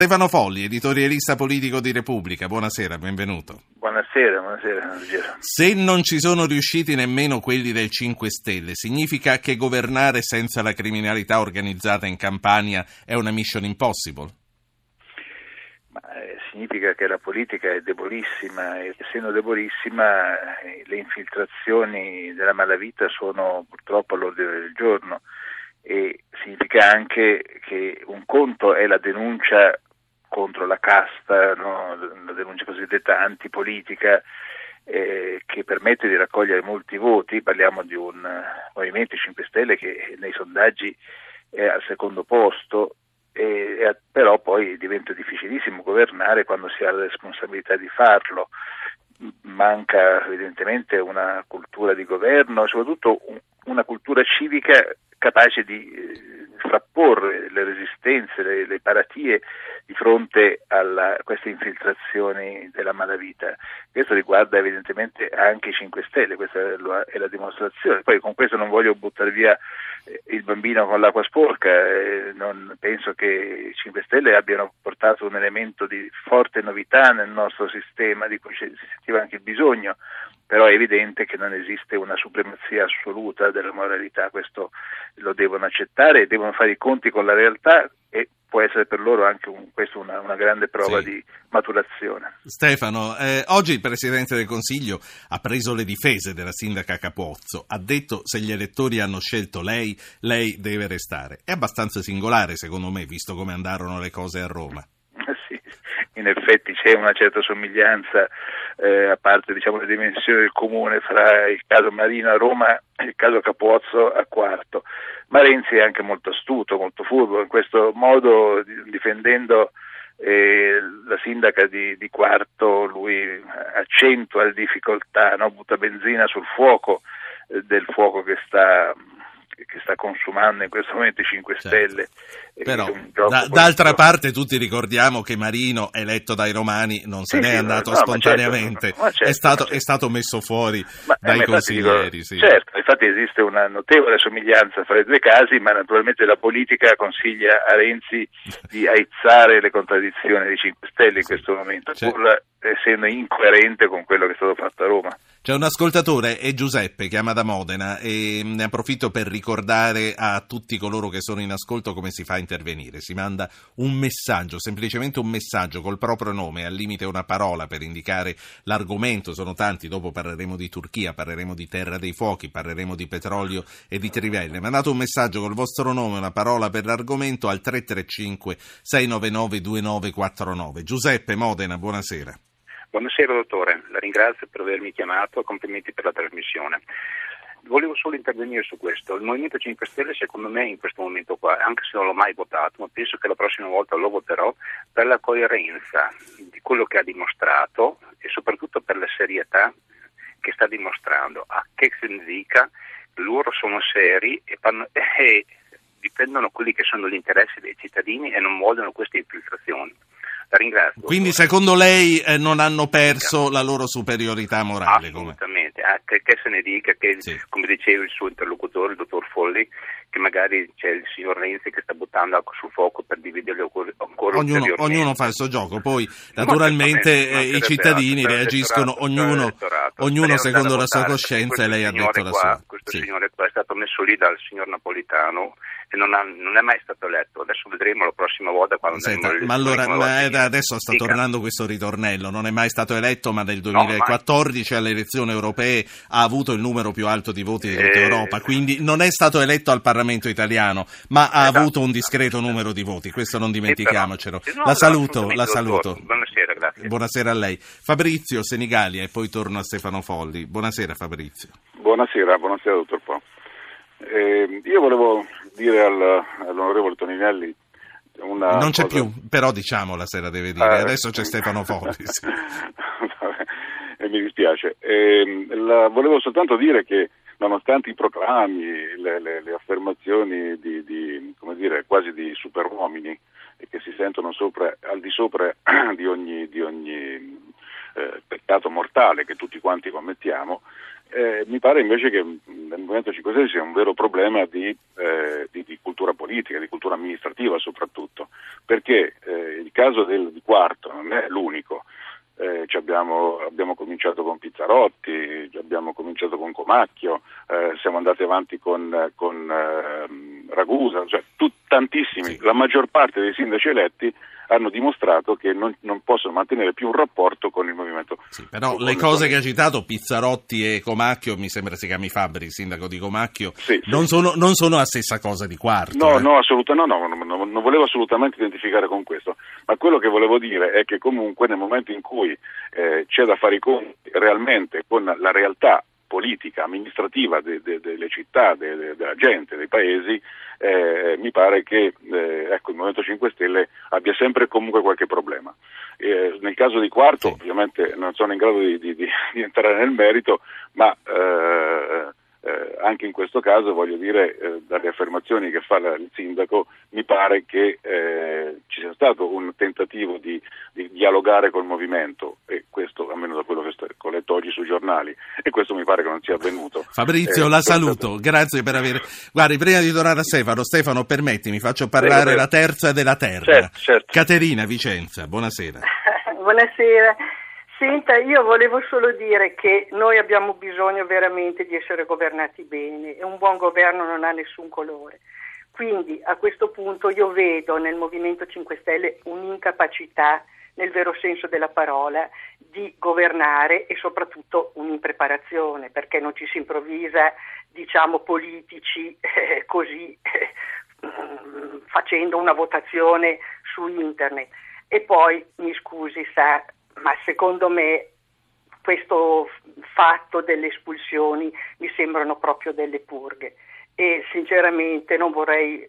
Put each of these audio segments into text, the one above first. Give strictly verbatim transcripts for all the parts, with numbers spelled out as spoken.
Stefano Folli, editorialista politico di Repubblica, buonasera, benvenuto. Buonasera, buonasera. Se non ci sono riusciti nemmeno quelli del cinque Stelle, significa che governare senza la criminalità organizzata in Campania è una mission impossible? Ma, eh, significa che la politica è debolissima e essendo debolissima eh, le infiltrazioni della malavita sono purtroppo all'ordine del giorno, e significa anche che un conto è la denuncia contro la casta, no? La denuncia cosiddetta antipolitica, eh, che permette di raccogliere molti voti. Parliamo di un uh, Movimento cinque Stelle che nei sondaggi è al secondo posto, e, e, però poi diventa difficilissimo governare quando si ha la responsabilità di farlo. Manca evidentemente una cultura di governo, soprattutto un, una cultura civica capace di eh, frapporre le resistenze, le, le paratie di fronte a queste infiltrazioni della malavita. Questo riguarda evidentemente anche i cinque Stelle, questa è la, è la dimostrazione. Poi con questo non voglio buttare via eh, il bambino con l'acqua sporca, eh, non penso che i cinque Stelle abbiano portato un elemento di forte novità nel nostro sistema, di cui si sentiva anche il bisogno, però è evidente che non esiste una supremazia assoluta della moralità, questo lo devono accettare e devono fare i conti con la realtà, e può essere per loro anche un, questo una, una grande prova sì. di maturazione. Stefano, eh, oggi il Presidente del Consiglio ha preso le difese della sindaca Capozzo, ha detto: se gli elettori hanno scelto lei, lei deve restare. È abbastanza singolare secondo me, visto come andarono le cose a Roma. Sì, in effetti c'è una certa somiglianza, eh, a parte diciamo le dimensioni del comune, fra il caso Marino a Roma e il caso Capozzo a Quarto. Ma Renzi è anche molto astuto, molto furbo, in questo modo, difendendo eh, la sindaca di, di Quarto, lui accentua le difficoltà, no? Butta benzina sul fuoco eh, del fuoco che sta... che sta consumando in questo momento i cinque Stelle. Certo. Però da, d'altra parte tutti ricordiamo che Marino, eletto dai romani, non se sì, n'è sì, andato no, spontaneamente, ma certo, ma certo, è, stato, ma certo. è stato messo fuori ma, dai eh, consiglieri. Dico, sì. Certo, infatti esiste una notevole somiglianza fra i due casi, ma naturalmente la politica consiglia a Renzi di aizzare le contraddizioni dei cinque Stelle in sì. questo momento, certo. pur essendo incoerente con quello che è stato fatto a Roma. C'è un ascoltatore, è Giuseppe, chiama da Modena, e ne approfitto per ricordare a tutti coloro che sono in ascolto come si fa a intervenire. Si manda un messaggio, semplicemente un messaggio col proprio nome, al limite una parola per indicare l'argomento. Sono tanti, dopo parleremo di Turchia, parleremo di Terra dei Fuochi, parleremo di petrolio e di trivelle. Mandate un messaggio col vostro nome, una parola per l'argomento al tre tre cinque sei nove nove due nove quattro nove. Giuseppe, Modena, buonasera. Buonasera dottore, la ringrazio per avermi chiamato, complimenti per la trasmissione. Volevo solo intervenire su questo. Il Movimento cinque Stelle secondo me in questo momento qua, anche se non l'ho mai votato, ma penso che la prossima volta lo voterò per la coerenza di quello che ha dimostrato e soprattutto per la serietà che sta dimostrando. A che significa? Loro sono seri e, fanno, e difendono quelli che sono gli interessi dei cittadini e non vogliono queste infiltrazioni. La ringrazio. Quindi secondo lei eh, non hanno perso la loro superiorità morale? Assolutamente, ah, che, che se ne dica che, sì. come diceva il suo interlocutore, il dottor Folli, che magari c'è il signor Renzi che sta buttando acqua sul fuoco per dividerli ancora, ancora ognuno, ulteriormente. Ognuno fa il suo gioco, poi naturalmente eh, i cittadini reagiscono, ognuno, ognuno secondo la sua coscienza, e lei ha detto la sua. Questo sì. signore qua è stato messo lì dal signor Napolitano e non, ha, non è mai stato eletto. Adesso vedremo la prossima volta quando Senta, ma allora ma adesso sta Dica. tornando questo ritornello: non è mai stato eletto, ma nel duemilaquattordici no, alle elezioni europee ha avuto il numero più alto di voti di tutta eh, Europa, quindi non è stato eletto al Parlamento italiano, ma ha esatto, avuto un discreto esatto. numero di voti, questo non dimentichiamocelo. Però, no, la saluto, la saluto. Buonasera, grazie. Buonasera a lei. Fabrizio, Senigallia, e poi torno a Stefano Folli. Buonasera Fabrizio. Buonasera, buonasera dottor Po. Eh, io volevo dire al, all'onorevole Toninelli una non c'è cosa... più, però diciamo la sera deve dire, eh, adesso c'è Stefano Folli. Sì. E mi dispiace. Eh, la, volevo soltanto dire che nonostante i proclami, le, le, le affermazioni di, di, come dire, quasi di superuomini che si sentono sopra, al di sopra di ogni, di ogni eh, peccato mortale che tutti quanti commettiamo, Eh, mi pare invece che nel Movimento cinque Stelle sia un vero problema di, eh, di, di cultura politica, di cultura amministrativa soprattutto, perché eh, il caso del di Quarto non è l'unico. Eh, ci abbiamo, abbiamo cominciato con Pizzarotti, abbiamo cominciato con Comacchio, eh, siamo andati avanti con, con eh, Ragusa, cioè tut, tantissimi, sì. La maggior parte dei sindaci eletti hanno dimostrato che non, non possono mantenere più un rapporto con il movimento. Sì, però con le il cose movimento. che ha citato, Pizzarotti e Comacchio, mi sembra si chiami Fabbri, il sindaco di Comacchio, Sì, non, sì. Sono, non sono la stessa cosa di Quarto. No, eh. no, assolutamente no, no, no, non volevo assolutamente identificare con questo, ma quello che volevo dire è che comunque nel momento in cui eh, c'è da fare i conti realmente con la realtà politica, amministrativa de, de, delle città, de, de, della gente, dei paesi, eh, mi pare che eh, ecco, il Movimento cinque Stelle abbia sempre comunque qualche problema. Eh, nel caso di Quarto, sì. Ovviamente non sono in grado di, di, di, di entrare nel merito, ma eh, eh, anche in questo caso voglio dire, eh, dalle affermazioni che fa la, il sindaco, mi pare che eh, ci sia stato un tentativo di, di dialogare col movimento, e questo almeno da quello che sto, ho letto oggi sui giornali, e questo mi pare che non sia avvenuto. Fabrizio, eh, la questo... saluto, grazie per aver... Guardi, prima di tornare a Stefano, Stefano permettimi, faccio parlare Prego, la terza della terra. Certo, certo. Caterina, Vicenza, buonasera. Buonasera. Senta, io volevo solo dire che noi abbiamo bisogno veramente di essere governati bene e un buon governo non ha nessun colore. Quindi a questo punto io vedo nel Movimento cinque Stelle un'incapacità, nel vero senso della parola, di governare e soprattutto un'impreparazione, perché non ci si improvvisa, diciamo, politici eh, così eh, facendo una votazione su internet. E poi, mi scusi, sa, ma secondo me questo fatto delle espulsioni mi sembrano proprio delle purghe e sinceramente non vorrei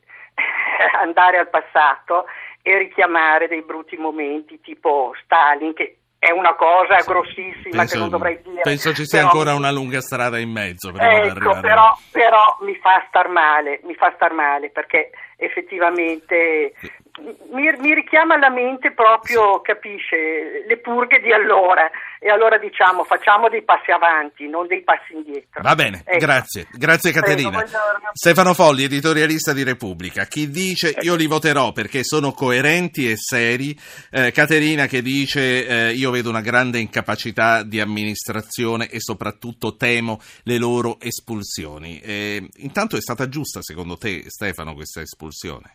andare al passato e richiamare dei brutti momenti tipo Stalin, che è una cosa sì, grossissima penso, che non dovrei dire. Penso ci sia però, ancora una lunga strada in mezzo prima di ecco, arrivare. però, però mi fa star male, mi fa star male perché effettivamente mi, mi richiama alla mente proprio, capisce, le purghe di allora, e allora diciamo facciamo dei passi avanti, non dei passi indietro. Va bene, ecco. grazie, grazie Caterina. Prego, buongiorno. Stefano Folli, editorialista di Repubblica. Chi dice io li voterò perché sono coerenti e seri, eh, Caterina che dice eh, io vedo una grande incapacità di amministrazione e soprattutto temo le loro espulsioni. Eh, intanto è stata giusta secondo te, Stefano, questa espulsione?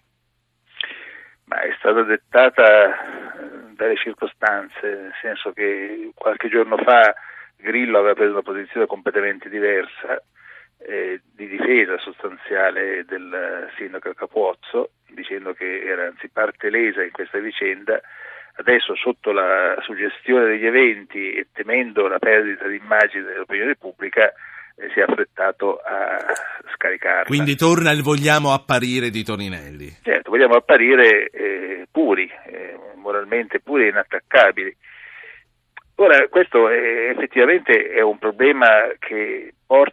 Ma è stata dettata dalle circostanze, nel senso che qualche giorno fa Grillo aveva preso una posizione completamente diversa, eh, di difesa sostanziale del sindaco Capozzo, dicendo che era anzi parte lesa in questa vicenda. Adesso, sotto la suggestione degli eventi e temendo la perdita di immagine dell'opinione pubblica, eh, si è affrettato a scaricarla. Quindi torna il vogliamo apparire di Toninelli. Certo, vogliamo apparire eh, puri, eh, moralmente puri e inattaccabili. Ora, questo è, effettivamente è un problema che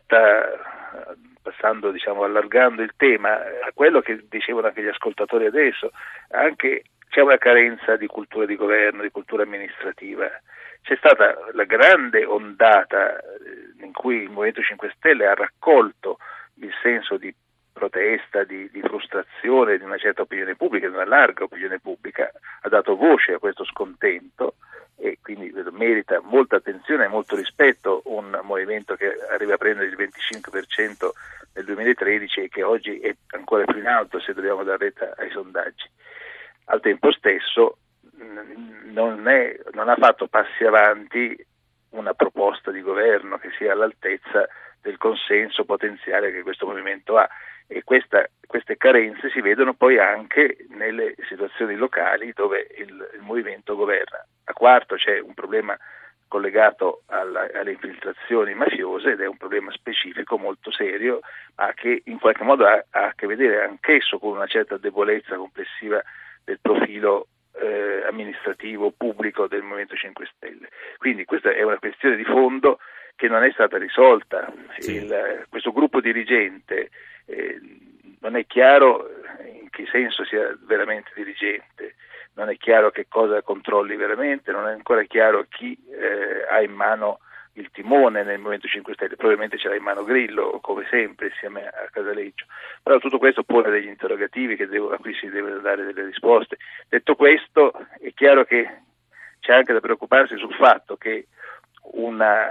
porta, passando, diciamo, allargando il tema, a quello che dicevano anche gli ascoltatori adesso, anche c'è una carenza di cultura di governo, di cultura amministrativa. C'è stata la grande ondata in cui il Movimento cinque Stelle ha raccolto il senso di protesta, di, di frustrazione di una certa opinione pubblica, di una larga opinione pubblica, ha dato voce a questo scontento e quindi vedo, merita molta attenzione e molto rispetto un movimento che arriva a prendere il venticinque per cento nel duemilatredici e che oggi è ancora più in alto se dobbiamo dare retta ai sondaggi. Al tempo stesso non, è, non ha fatto passi avanti una proposta di governo che sia all'altezza del consenso potenziale che questo movimento ha, e questa, queste carenze si vedono poi anche nelle situazioni locali dove il, il movimento governa. A Quarto c'è un problema collegato alla, alle infiltrazioni mafiose ed è un problema specifico molto serio, ma che in qualche modo ha, ha a che vedere anch'esso con una certa debolezza complessiva del profilo eh, amministrativo pubblico del Movimento cinque Stelle. Quindi questa è una questione di fondo che non è stata risolta. Sì. Il, questo gruppo dirigente eh, non è chiaro in che senso sia veramente dirigente, non è chiaro che cosa controlli veramente, non è ancora chiaro chi eh, ha in mano il timone nel Movimento cinque Stelle, probabilmente ce l'ha in mano Grillo, come sempre, insieme a Casaleggio. Però tutto questo pone degli interrogativi che devo, a cui si devono dare delle risposte. Detto questo, è chiaro che c'è anche da preoccuparsi sul fatto che una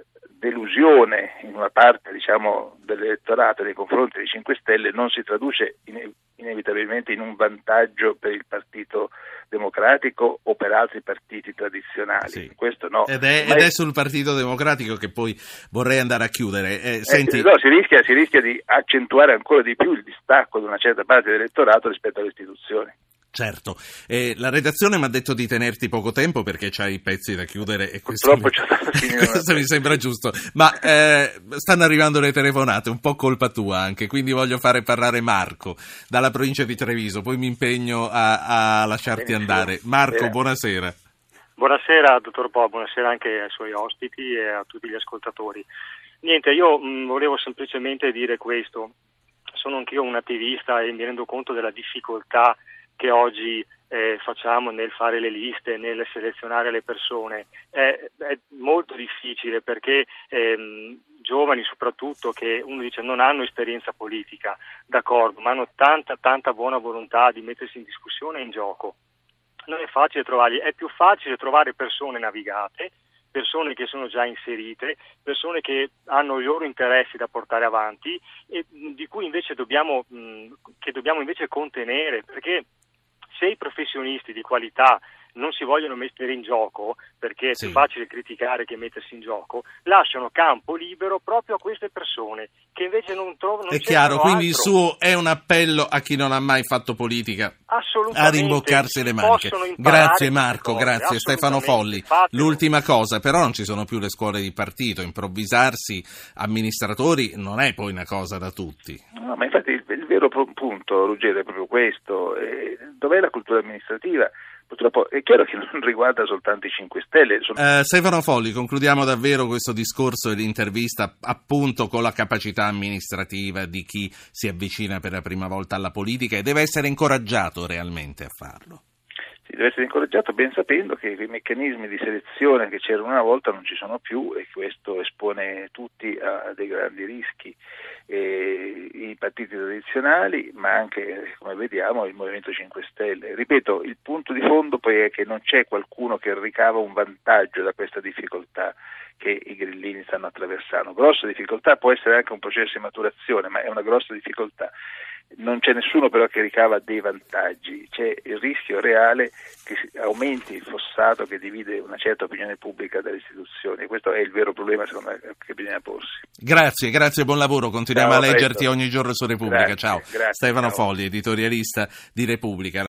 delusione in una parte, diciamo, dell'elettorato nei confronti dei cinque Stelle non si traduce in, inevitabilmente in un vantaggio per il Partito Democratico o per altri partiti tradizionali. Sì. Questo no. Ed è, ed è sul Partito Democratico che poi vorrei andare a chiudere. Eh, senti... eh, no, si rischia, si rischia di accentuare ancora di più il distacco di una certa parte dell'elettorato rispetto alle istituzioni. Certo, eh, la redazione mi ha detto di tenerti poco tempo perché c'hai i pezzi da chiudere e questo, mi, questo mi sembra giusto, ma eh, stanno arrivando le telefonate, un po' colpa tua anche, quindi voglio fare parlare Marco dalla provincia di Treviso, poi mi impegno a, a lasciarti Benissimo. andare. Marco, Bene. Buonasera. Buonasera dottor Po, buonasera anche ai suoi ospiti e a tutti gli ascoltatori. Niente, io mh, volevo semplicemente dire questo, sono anch'io un attivista e mi rendo conto della difficoltà che oggi eh, facciamo nel fare le liste, nel selezionare le persone. È, è molto difficile perché ehm, giovani soprattutto, che uno dice non hanno esperienza politica, d'accordo, ma hanno tanta tanta buona volontà di mettersi in discussione e in gioco. Non è facile trovarli, è più facile trovare persone navigate, persone che sono già inserite, persone che hanno i loro interessi da portare avanti e di cui invece dobbiamo mh, che dobbiamo invece contenere, perché se i professionisti di qualità non si vogliono mettere in gioco, perché è sì. più facile criticare che mettersi in gioco, lasciano campo libero proprio a queste persone che invece non trovano. È chiaro, quindi il suo è un appello a chi non ha mai fatto politica a rimboccarsi le maniche. Grazie Marco, cose, grazie Stefano Folli. Fatelo. L'ultima cosa, però non ci sono più le scuole di partito, improvvisarsi amministratori non è poi una cosa da tutti. No, ma infatti il, il vero punto, Ruggero, è proprio questo. Eh, dov'è la cultura amministrativa? Purtroppo è chiaro che non riguarda soltanto i cinque Stelle. Sono... Eh, Stefano Folli, concludiamo davvero questo discorso e l'intervista appunto con la capacità amministrativa di chi si avvicina per la prima volta alla politica e deve essere incoraggiato realmente a farlo. Sì, deve essere incoraggiato ben sapendo che i meccanismi di selezione che c'erano una volta non ci sono più e questo espone tutti a dei grandi rischi. Eh, i partiti tradizionali, ma anche, come vediamo, il Movimento cinque Stelle. Ripeto, il punto di fondo poi è che non c'è qualcuno che ricava un vantaggio da questa difficoltà che i grillini stanno attraversando. Grossa difficoltà, può essere anche un processo di maturazione, ma è una grossa difficoltà. Non c'è nessuno però che ricava dei vantaggi, c'è il rischio reale che aumenti il fossato che divide una certa opinione pubblica dalle istituzioni. Questo è il vero problema, secondo me, che bisogna porsi. Grazie, grazie, buon lavoro, continuiamo ciao, a leggerti presto. ogni giorno su Repubblica. Grazie, ciao. grazie, Stefano ciao. Folli, editorialista di Repubblica.